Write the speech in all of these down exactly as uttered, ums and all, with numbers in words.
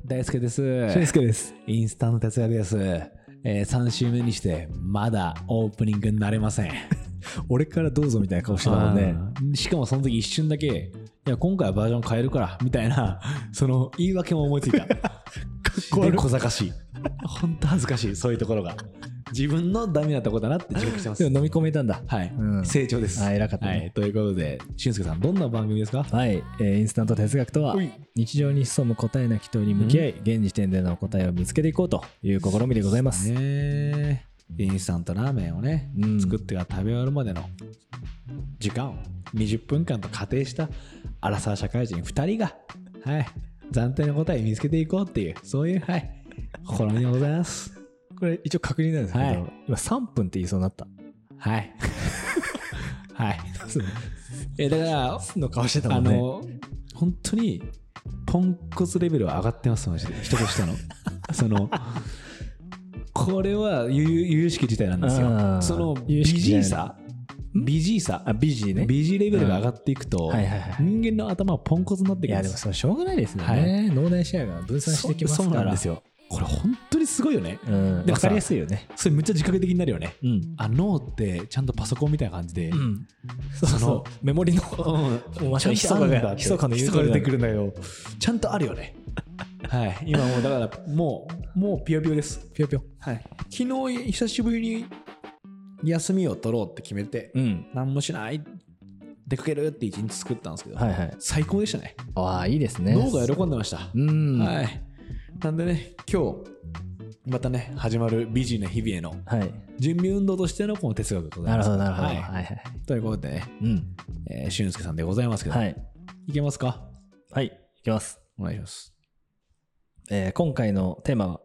大輔です。 俊介です。 インスタント哲学です。えー、さん週目にしてまだオープニングになれません。 俺からどうぞみたいな顔してたもんね。 しかもその時一瞬だけ、いや今回はバージョン変えるからみたいなその言い訳も思いついた。かっこ悪い。小賢しい。本当恥ずかしい、そういうところが。自分のダメだったことだなって自覚してます。 でも飲み込めたんだ。 はい、 うん、 成長です。 あ、偉かったね、 はい。ということで、俊介さん、どんな番組ですか？ はい、えー、インスタント哲学とは、日常に潜む答えなき問いに向き合い、現時点での答えを見つけていこうという試みでございます。 ね、インスタントラーメンをね、うん、作ってから食べ終わるまでの時間をにじゅっぷんかんと仮定したアラサー社会人ふたりが、はい、暫定の答えを見つけていこうっていう、そういう、はい、試みでございます。 これ一応確認なんですけど、はい、今さんぷんって言いそうになった。 はいはいえだからの顔してたもんね。あの本当にポンコツレベルは上がってますマジで。人としてのそのこれは由々しき事態なんですよ。そのビジーさビジーさあビジーねビジーレベルが上がっていくと、うん、はいはいはい、人間の頭はポンコツになっていくんです。 いやでもそれしょうがないですよね、はい、脳内シェアが分散してきますから。 そ, そうなんですよ。これ本当にすごいよね。 うん、分かりやすいよね。 それめっちゃ自覚的になるよね、 うん、 あ脳ってちゃんとパソコンみたいな感じで、うん、 そうそうそうメモリの、うん、もうちゃんとあるんだって、ひそかの言うと出てくるんだよ。 ちゃんとあるよね。はい、今もうだからもうもうピヨピヨです。 ピヨピヨ。 はい。昨日久しぶりに休みを取ろうって決めて、うん、何もしない出かけるって一日作ったんですけど、はいはい、最高でしたね。 ああいいですね。 脳が喜んでました。 うん、 はい。なんでね、今日またね始まるビジーな日々への準備運動としてのこの哲学でございます。 なるほどなるほど、 はいはいはい、ということでね、うんえー、俊介さんでございますけど、はい、いけますか？ はい、いけます。 お願いします。 えー、今回のテーマは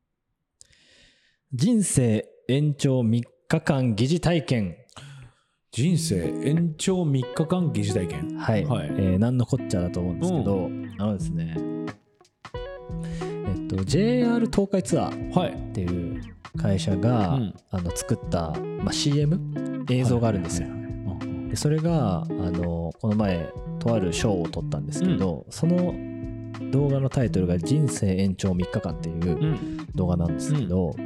人生延長みっかかん疑似体験。 人生延長みっかかん疑似体験。 はい、はい、えー、何のこっちゃだと思うんですけど、うん、あのですねえっと、ジェイアール 東海ツアーっていう会社が、はい、うん、あの作った、まあ、シーエム 映像があるんですよ。でそれがあのこの前とある賞を取ったんですけど、うん、その動画のタイトルが人生延長みっかかんっていう動画なんですけど、うん、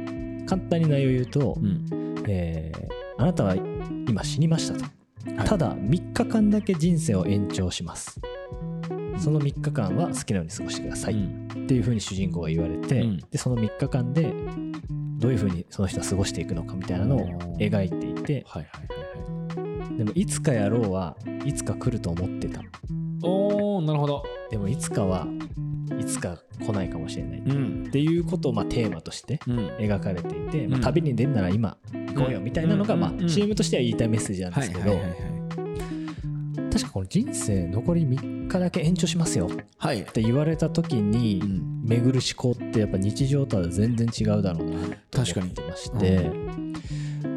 簡単に内容を言うと、うん、えー、あなたは今死にましたと、はい、ただみっかかんだけ人生を延長します、そのみっかかんは好きなように過ごしてください、うん、っていう風に主人公が言われて、うん、でそのみっかかんでどういう風にその人は過ごしていくのかみたいなのを描いていて、はいはいはいはい、でもいつかやろうはいつか来ると思ってた。 おー、なるほど。 でもいつかはいつか来ないかもしれない、うん、っていうことをまあテーマとして描かれていて、うん、まあ、旅に出るなら今行こうよみたいなのが、まあ、シーエム としては言いたいメッセージなんですけど、確かこの人生残りみっかだけ延長しますよって言われた時に巡る思考ってやっぱ日常とは全然違うだろうなと思ってまして、うん、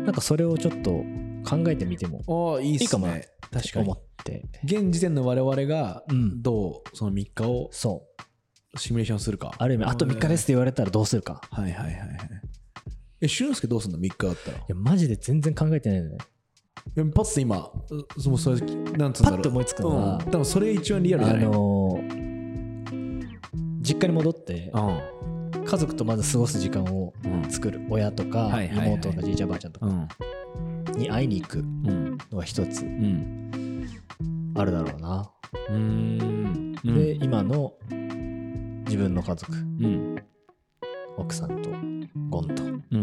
なんかそれをちょっと考えてみてもいいかもなって思って、 現時点の我々がどうそのみっかをシミュレーションするか、 ある意味あとみっかですって言われたらどうするか。 はいはいはいはい。え、俊介どうすんのみっかだったら。いやマジで全然考えてないのね。 パッと今そのそれなんつうんだろう、パッと思いつくのは、 うん、多分それ一番リアルじゃない。 あのー、実家に戻って、うん、家族とまず過ごす時間を作る、うん、親とか、はいはいはい、妹とかじいちゃんばあちゃんとかに会いに行くのが一つ、うん、あるだろうな。うーん、で、うん、今の自分の家族、うん、奥さんとゴンと、うん、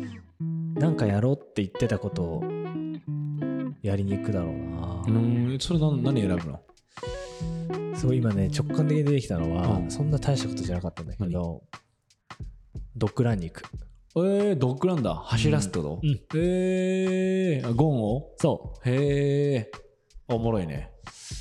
なんかやろうって言ってたことをやりに行くだろうな。 うん、それ何、何選ぶの？ そう今ね直感的に出てきたのは、うん、そんな大したことじゃなかったんだけど、ドッグランに行く。 えー、ドッグランだ。走らすってこと？うんうん、えー、ゴンを？ そう。 へえ、おもろいね。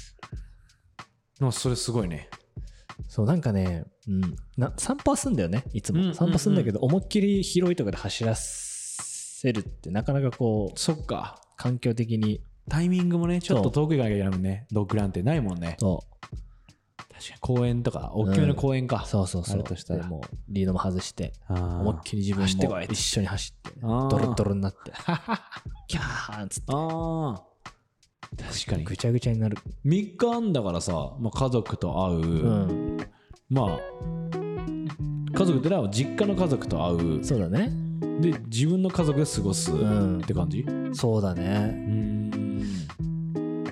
それすごいね。 そうなんかね、うん、な散歩はすんだよねいつも、うんうんうん、散歩すんだけど思いっきり広いところで走らせるってなかなかこう、 そっか、 環境的にタイミングもねちょっと遠く行かなきゃいけないもんね。ドッグランってないもんね。そう確かに公園とか大きめの公園か、うん、 そうそうそう、あるとしたらもうリードも外して思いっきり自分も一緒に走ってドロドロになってキャーンつって、あ確かにぐちゃぐちゃになる。 みっかあんだからさ、まあ、家族と会う、うん、 まあ家族ってのは実家の家族と会う。 そうだね。 で自分の家族で過ごすって感じ、うん、 そうだね。うーん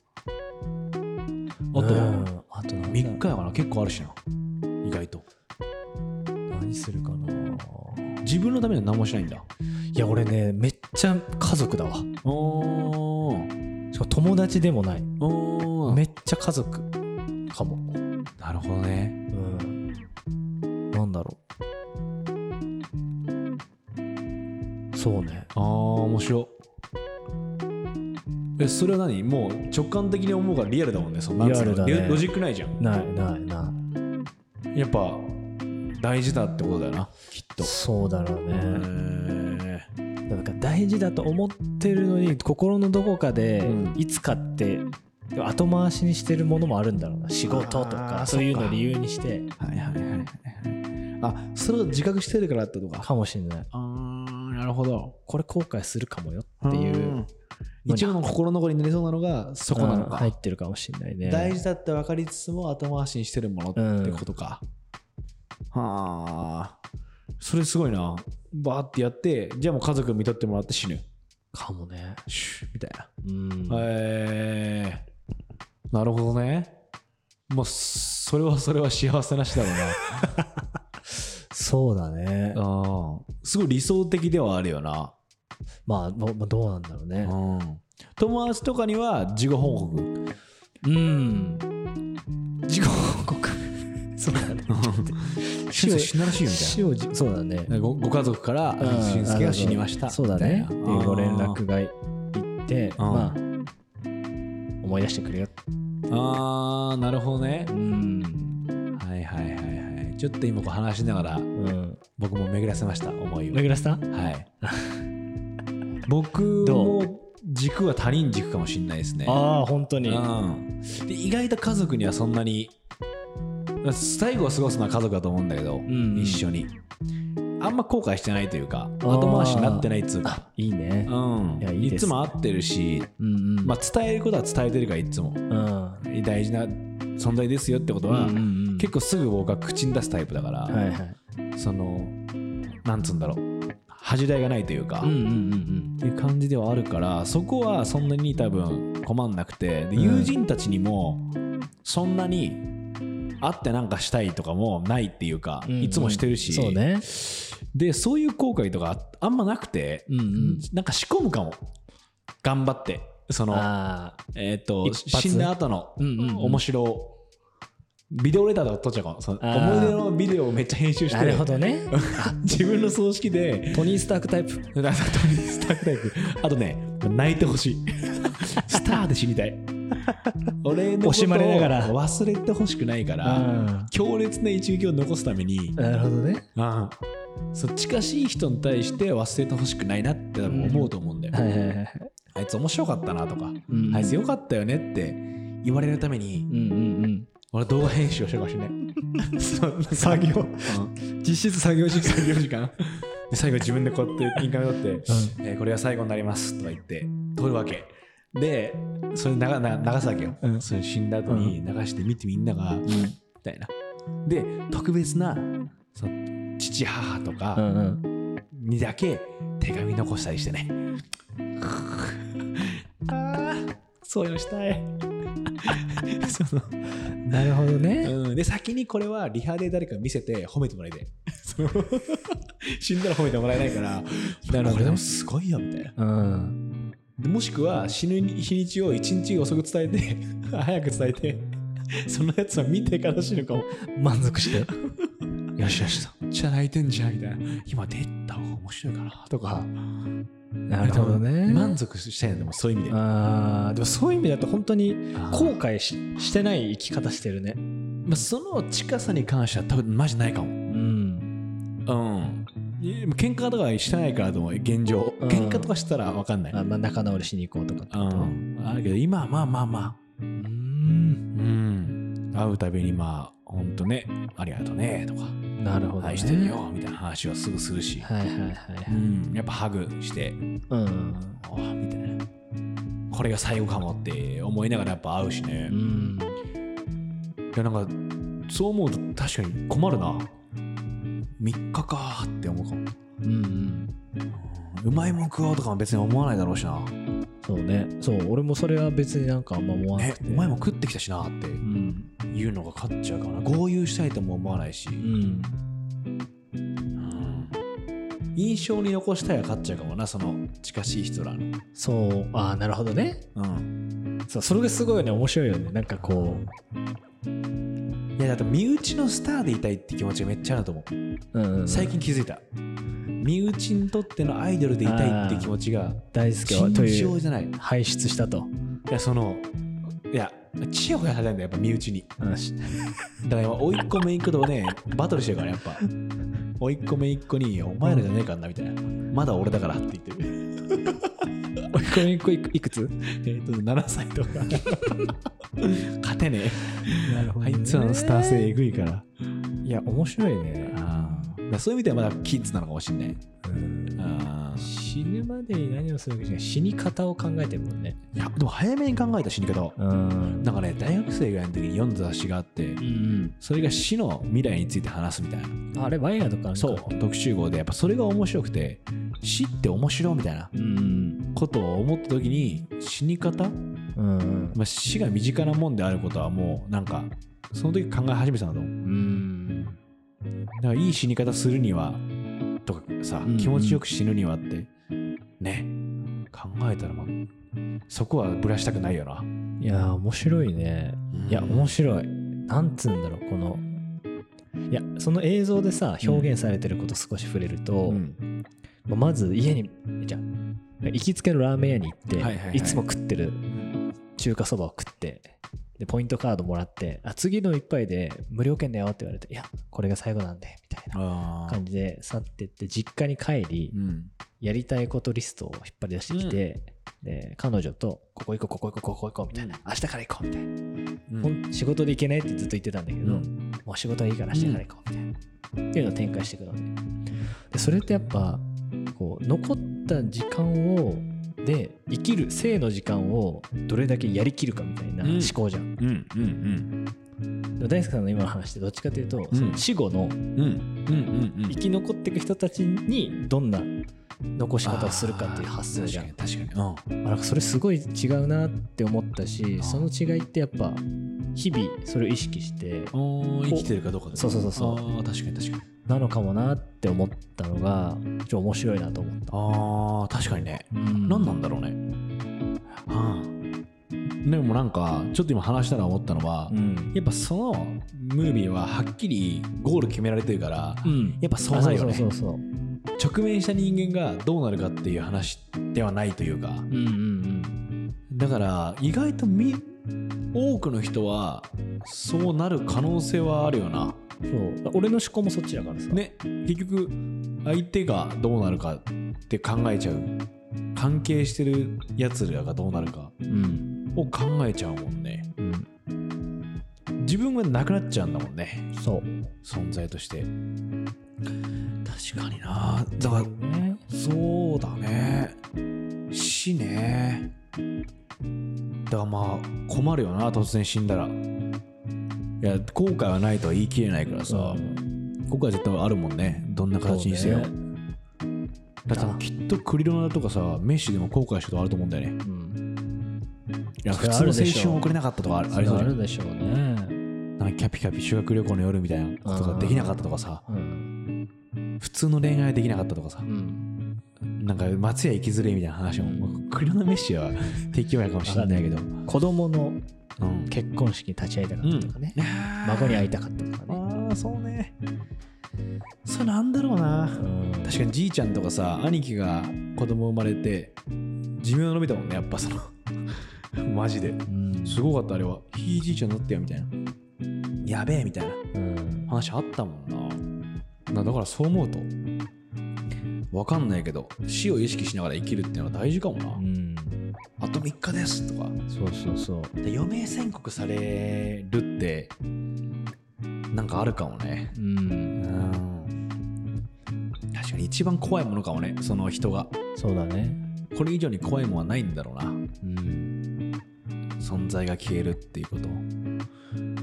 あと、うん、あとみっかやかな。結構あるしな意外と。 何するかな。 自分のためには何もしないんだ。 いや俺ねめっちゃ家族だわ。おしかも友達でもない。おめっちゃ家族かも。 なるほどね。 うんなんだろう。そうね。 ああ面白い。えそれは何もう直感的に思うからリアルだもんね。そのリアルだね。 ロジックないじゃん。 ないないない。 やっぱ大事だってことだよなきっと。 そうだろうね。なんか大事だと思ってるのに心のどこかでいつかって後回しにしてるものもあるんだろうな。仕事とかそういうのを理由にして。 はいはいはいはい。あそれを自覚してるからってことか。 かもしれない。 あなるほど。 これ後悔するかもよっていう一応の心残りになりそうなのがそこなのか。 入ってるかもしれないね。 大事だって分かりつつも後回しにしてるものってことか、うん、はあそれすごいな。バーってやってじゃあもう家族見とってもらって死ぬかもね。 シュッみたいな。 うんえー、なるほどね。もうそれはそれは幸せなしだろうなそうだね。 あすごい理想的ではあるよな。 まあどうなんだろうね。 うん、友達とかには事後報告。 うん事後報告そうだね死を死ならしいよみたいな。死をそうだね。 ご, ご家族から俊介が死にました。 そうだねっていうご連絡がいってまあ思い出してくれよ。 あーなるほどね。うんはいはいはいはい。ちょっと今こう話しながら、うん、僕も巡らせました思いを。 巡らせた。 はい僕も軸は他人軸かもしれないですね。 ああ本当に、 うん、で意外と家族にはそんなに最後を過ごすのは家族だと思うんだけど、うんうん、一緒にあんま後悔してないというか後回しになってないっつうか。 いいね、 うん、いやいいです。いつも会ってるし、うんうんまあ、伝えることは伝えてるからいつも、うん、大事な存在ですよってことは、うんうんうん、結構すぐ僕は口に出すタイプだから、はいはい、そのなんつうんだろう恥じらいがないというか、うんうんうんうん、っていう感じではあるからそこはそんなに多分困んなくてで友人たちにもそんなに会ってなんかしたいとかもないっていうか、うんうん、いつもしてるし、 そうね、 でそういう後悔とかあんまなくて、うんうん、なんか仕込むかも頑張ってそのえっ、ー、と死んだ後の面白ビデオレターとか撮っちゃうかも。その思い出のビデオをめっちゃ編集してなるほどね自分の葬式でトニー・スタークタイプトニー・スタークタイプあとね泣いてほしいスターで死にたい俺のことを惜しまれながら忘れてほしくないから強烈な一撃を残すために。 なるほどね。 ああそう近しい人に対して忘れてほしくないなって多分思うと思うんだよ、うんはいはいはい、あいつ面白かったなとか、うん、あいつよかったよねって言われるために、うんうんうん俺動画編集をしてるかもしれない作業、うん、実質作業時間作業時間で最後自分でこうやってインカメ取って、うんえー、これが最後になりますとか言って撮るわけでそれ流, 流すわけよ、うん、それ死んだ後に流して見てみんなが、うん、みたいなで特別なその父母とかにだけ手紙残したりしてね、うん、あーそういうのしたいそのなるほどね、 うん、で先にこれはリハで誰か見せて褒めてもらいたい死んだら褒めてもらえないからなるほど、ね、これでもすごいよみたいな、うん、もしくは死ぬ日にちを一日遅く伝えて早く伝えてそのやつは見てから死ぬかも満足してよしよしめっちゃ泣いてんじゃんみたいな今出た方が面白いかなとか。 なるほどね。 満足したいのでもそういう意味で。 ああでもそういう意味だと本当に後悔 し, してない生き方してるね。 まあ、その近さに関しては多分マジないかも。うん。うん。喧嘩とかしてないからと思う現状。喧嘩とかしたら分かんない。 あまあ仲直りしに行こうとかってこと。 うん。あるけど今はまあまあまあ。うん。うん。会うたびにまあ本当ねありがとうねとか。 なるほど、ね、 愛してるよみたいな話はすぐするし、 はいはいはい、はいうん、 やっぱハグして、うん、おみたいなこれが最後かもって思いながらやっぱ会うしね、うん、いやなんかそう思うと確かに困るな。みっかかーって思うかも。 うんうん、 うまいもん食おうとかも別に思わないだろうしな。 そうね、そう俺もそれは別になんかあんま思わなくて、 ね、うまいもん食ってきたしなっていうのが勝っちゃうかな。豪遊したいとも思わないし、うんうん、印象に残したいは勝っちゃうかもな、その近しい人らの。 そう、ああなるほどね、うん、そうそれがすごいね、面白いよね。なんかこう、 いやだって身内のスターでいたいって気持ちがめっちゃあると思う、うんうん、最近気づいた。身内にとってのアイドルでいたいって気持ちが大好き尋常じゃない。 輩出したと。 いやそのいやチヤホヤされたんだよ、やっぱ身内に。だから甥っ子姪っ子とねバトルしてるから、やっぱ甥っ子姪っ子にお前らじゃねえかんなみたいな、まだ俺だからって言ってる。 甥っ子姪っ子いくつ？ えっとななさいとか。勝てねえ。なるほどね。あいつらのスター性えぐいから。 いや面白いね。 あだそういう意味ではまだキッズなのかもしれない。うん、 あ死ぬまでに何をするかじゃ死に方を考えてるもんね。 いやでも早めに考えた死に方を。うんなんかね大学生ぐらいの時に読んだ雑誌があって、うん、それが死の未来について話すみたいな。 あれワイヤーとかそう特集号でやっぱそれが面白くて、死って面白いみたいなことを思った時に死に方、うんまあ、死が身近なもんであることはもうなんかその時考え始めたんだと思う。うんだからいい死に方するにはとかさ、うんうん、気持ちよく死ぬにはってね考えたら、まあ、そこはぶらしたくないよな。 いや面白いね、うん、いや面白い。なんつうんだろうこのいやその映像でさ表現されてること少し触れると、うん、まず家にじゃあ行きつけのラーメン屋に行って、はいはいはい、いつも食ってる中華そばを食ってでポイントカードもらってあ次の一杯で無料券だよって言われていやこれが最後なんでみたいな感じで去ってって実家に帰り、うん、やりたいことリストを引っ張り出してきて、うん、で彼女とここ行こうここ行こうここ行こうみたいな、うん、明日から行こうみたいな、うん、仕事で行けないってずっと言ってたんだけど、うん、もう仕事はいいから明日から行こうみたいな、うん、っていうのを展開していくので、でそれってやっぱこう残った時間をで生きる生の時間をどれだけやりきるかみたいな思考じゃん、うんうんうんうん、大輔さんの今の話ってどっちかというと、うん、その死後の生き残っていく人たちにどんな残し方をするかっていう発想じゃん。 確かに確かに、うん、 なんかそれすごい違うなって思ったし、その違いってやっぱ日々それを意識して生きてるかどうかで、 そうそうそうそう、 あ確かに確かになのかもなって思ったのがちょっと面白いなと思った。 あ確かにね、うん、何なんだろうね。はあ、でもなんかちょっと今話したら思ったのは、うん、やっぱそのムービーははっきりゴール決められてるから、うん、やっぱそうなるよね。そうそうそうそう、直面した人間がどうなるかっていう話ではないというか、うんうんうん、だから意外とみ多くの人はそうなる可能性はあるよな。 そう俺の思考もそっちだからさ、 ね、結局相手がどうなるかって考えちゃう、関係してるやつらがどうなるかを考えちゃうもんね、うん、自分がなくなっちゃうんだもんね。そう存在として確かにな。だからね、そうだね、死ね。だからまあ困るよな、突然死んだら。いや後悔はないとは言い切れないからさ、うん、後悔は絶対あるもんね、どんな形にせよ、ね、だってきっとクリロナとかさメッシでも後悔したことあると思うんだよね、うん、いや普通の青春を送れなかったとかありそうじゃん。 あるでしょうね。 なんかキャピキャピ修学旅行の夜みたいなことができなかったとかさ、うん、普通の恋愛できなかったとかさ、うん、なんか松屋行きづれみたいな話も、うん、クリロナメッシは適用やかもしれないけど子供のうん、結婚式に立ち会いたかったとかね、うん、孫に会いたかったとかね。 ああそうね、それなんだろうな、うん、確かにじいちゃんとかさ兄貴が子供生まれて寿命伸びたもんね、やっぱそのマジで、うん、すごかったあれは。ひいじいちゃんになってよみたいな、やべえみたいな、うん、話あったもんな。だからそう思うと分かんないけど死を意識しながら生きるっていうのは大事かもな、うん、あとみっかですとか、 そうそうそうで余命宣告されるってなんかあるかもね、うん、うん、確かに一番怖いものかもね、その人が。 そうだね、 これ以上に怖いものはないんだろうな、うん、存在が消えるっていうこと。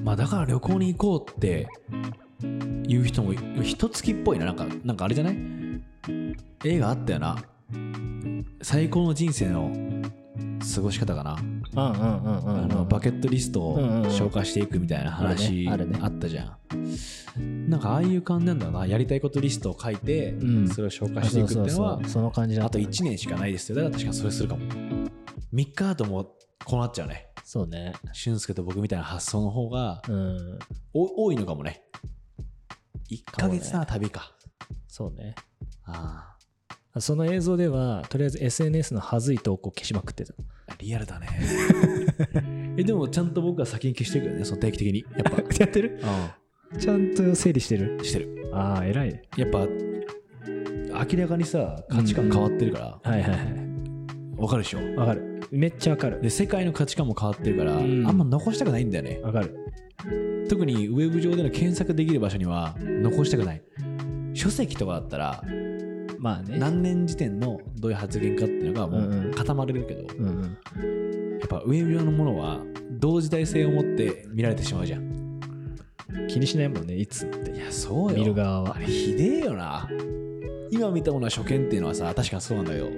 まあだから旅行に行こうっていう人も一月っぽいな。なんかなんかあれじゃない？映画あったよな。最高の人生の過ごし方かな。 うんうんうんうん、 あのバケットリストを消化していくみたいな話あったじゃん。なんかああいう感じなんだろうな。やりたいことリストを書いて、うん、それを消化していくっていうのは、 そうそうそう、その感じだった。 あといちねんしかないですよ。だから確かにそれするかも。みっかだともうこうなっちゃうね。 そうね。 俊介と僕みたいな発想の方が、うん、お多いのかもね。いっかげつな旅か。 そうね。 ああ。その映像ではとりあえず エスエヌエス の恥ずい投稿消しまくってた。 リアルだね。えでもちゃんと僕は先に消してるけどね、その定期的に。やっぱやってる？うん。ちゃんと整理してる？ してる。 ああ、偉いね。 やっぱ明らかにさ価値観変わってるから。 うんうん、はいはいはい。 わかるでしょ？ わかる。めっちゃわかる。 で世界の価値観も変わってるから、うん、あんま残したくないんだよね。 わかる。 特にウェブ上での検索できる場所には残したくない。書籍とかだったら。 まあね、 何年時点のどういう発言かっていうのがもう固まれるけど、うんうん、やっぱウェブ上のものは同時代性を持って見られてしまうじゃん。 気にしないもんね、いつって。 いやそうよ、 見る側は。 あれひでえよな。今見たものは初見っていうのはさ、確かにそうなんだよ、うん、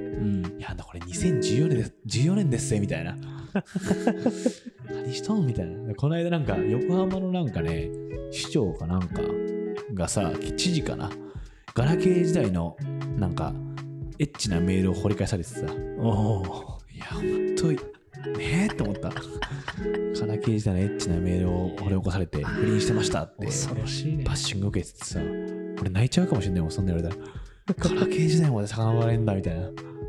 いやこれにせんじゅうよねんですじゅうよねんですぜみたいな何しとんみたいな。この間なんか横浜のなんかね市長かなんかがさ、知事かな、ガラケー時代のなんかエッチなメールを掘り返されてさ、おいやほんとねえって思った。ガラケー時代のエッチなメールを掘り起こされて不倫してましたって恐ろしい、ね、 バッシング受けててさ、俺泣いちゃうかもしれないもんそんな言われたら。ガラケー時代まで遡れんだみたいな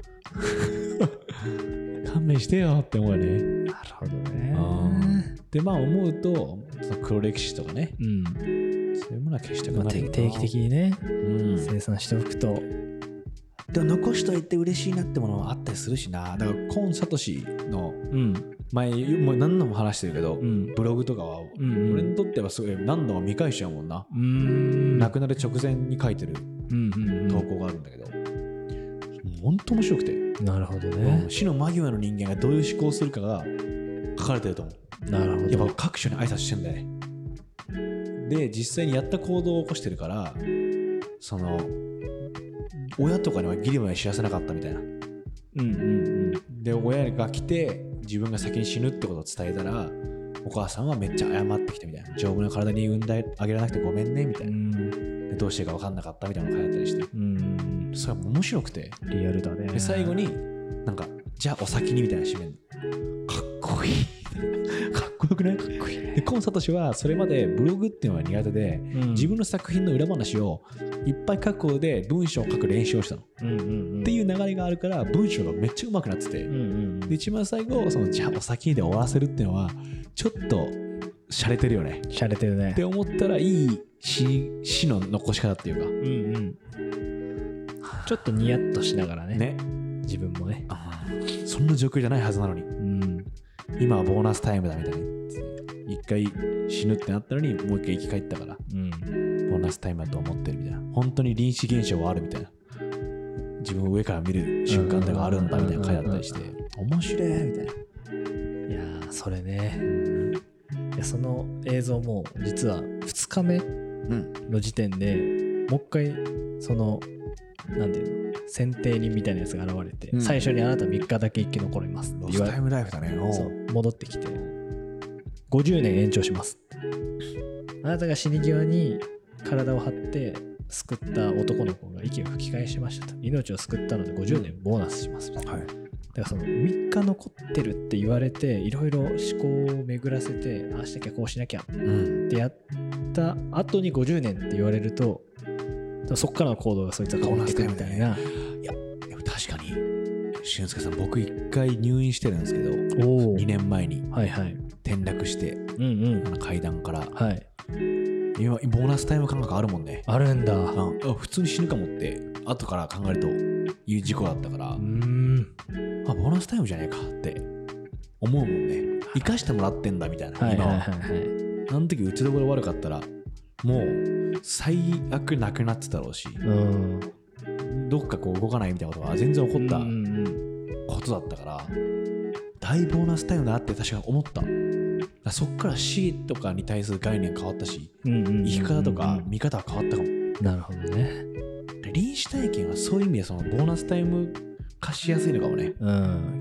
勘弁してよって思うよね。 なるほどね。 でまあ思うとその黒歴史とかね、うん、そういうものは消したくなる、まあ、 定期的にね、うん、生産しておくと。 でも残しといて嬉しいなってものはあったりするしな。だからコンサトシの前、うん、もう何度も話してるけど、うん、ブログとかは、うんうん、俺にとってはすごい何度も見返しちゃうもんな。うーん、亡くなる直前に書いてる投稿があるんだけど、本当面白くて。 なるほどね、 うん、死の間際の人間がどういう思考をするかが書かれてると思う。 なるほど。 やっぱ各所に挨拶してんだよね。で実際にやった行動を起こしてるから、その親とかにはギリまで知らせなかったみたいな、うんうんうん、で親が来て自分が先に死ぬってことを伝えたら、お母さんはめっちゃ謝ってきてみたいな、丈夫な体に産んであげられなくてごめんねみたいな、うん、でどうしていいか分かんなかったみたいなのが書いてあったりして、うん、それは面白くてリアルだね。 で最後になんかじゃあお先にみたいな締める。かっこいいかっこよくない？かっこいい、ね、でコンサトシはそれまでブログっていうのが苦手で、うん、自分の作品の裏話をいっぱい書くことで文章を書く練習をしたの、うんうんうん、っていう流れがあるから文章がめっちゃ上手くなってて、うんうん、で一番最後そのじゃあお先にで終わらせるっていうのはちょっと洒落てるよね。 洒落てるねって思ったらいい詩、詩の残し方っていうか、うんうん、 ちょっとニヤッとしながら ね, ね自分もね、 あそんな状況じゃないはずなのに、うん、今はボーナスタイムだみたいな、一回死ぬってなったのにもう一回生き返ったから、うん、ボーナスタイムだと思ってるみたいな、本当に臨死現象はあるみたいな、自分を上から見る瞬間があるんだみたいな回だったりして、面白いみたいな。いやーそれね、うん、いやその映像も実はふつかめの時点で、うん、もう一回そのなんていうの選定人みたいなやつが現れて、うん、最初にあなたみっかだけ生き残れますって言われて、ロスタイムライフだね。そう戻ってきてごじゅうねん延長しますって、あなたが死に際に体を張って救った男の子が息を吹き返しましたと、命を救ったのでごじゅうねんボーナスしますみたいな、はい、だからそのみっか残ってるって言われていろいろ思考を巡らせて、ああしなきゃこうしなきゃってやった後にごじゅうねんって言われると、そこからの行動がそいつは変わっていくみたいな、ね、 いやでも確かに俊介さん、僕一回入院してるんですけどにねんまえに、はいはい、転落して、うんうん、あの階段から、はい、今ボーナスタイム感覚あるもんね。 あるんだ。 ああ普通に死ぬかもって後から考えるという事故だったから、うーんあボーナスタイムじゃねえかって思うもんね。生かしてもらってんだみたいな、はいはいはいはい、あの時打ちどころ悪かったらもう最悪なくなってたろうし、うんどっかこう動かないみたいなことは全然起こったことだったから、大ボーナスタイムだなって確かに思った。 そっから死とかに対する概念変わったし、 うんうんうんうん、 生き方とか見方は変わったかも。 なるほどね。 臨死体験はそういう意味でそのボーナスタイム化しやすいのかもね。 うん、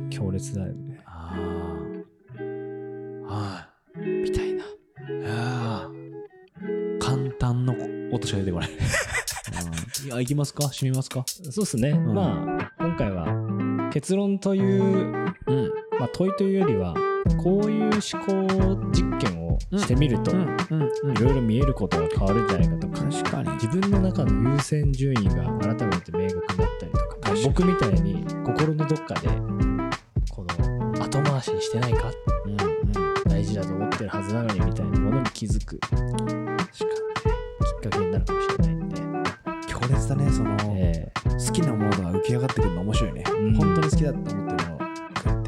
強烈だよね。 ああ、はい、 みたいな。 いや簡単の音しか出てこない。いや、いきますか、締めますか。 そうですね、 うん、 まあ今回は結論という、うんまあ、問いというよりはこういう思考実験をしてみるといろいろ見えることが変わるんじゃないかとか、 確かに自分の中の優先順位が改めて明確になったりとか、僕みたいに心のどっかでこの後回しにしてないか、うんうん、大事だと思ってるはずなのにみたいなものに気づく、確かにきっかけになるかもしれないんで。 強烈だね、その、えー、好きなものが浮き上がってくるの面白いね、うん、本当に好きだと思ってるものがって、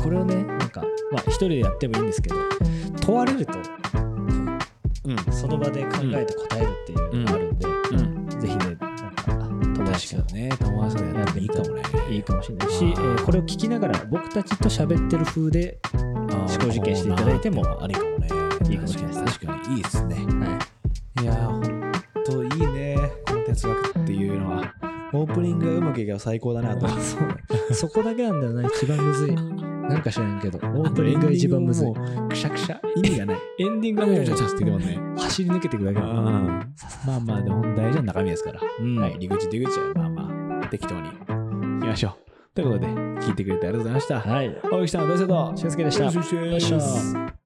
でこれをね、なんかまあ一人でやってもいいんですけど、問われると、うん、その場で考えて答えるっていうのがあるんで、うんうん、ぜひね、なんか友達とね、友達とやってもいいかもね、いいかもしれないし、えー、これを聞きながら僕たちと喋ってる風で思考実験していただいてもありかもね、 いいかもしれないです。 確かにいいですね。はい、いやー、ほんといいね、この哲学っていうのは。オープニングがうまくいけば最高だなと。 そうそこだけなんだよな、一番むずい。なんか知らんけど、オープニングが一番むずい。 くしゃくしゃ、意味がない。エンディングがもうちょっとって言ってもね、 走り抜けていくだけだ。 まあまあ、でも大事な中身ですから。うん、はい、入り口出口はまあまあ、適当に行きましょう。ということで、聞いてくれてありがとうございました。はい。大木さん、どうぞ。 俊介でした。 よろしくお願いします。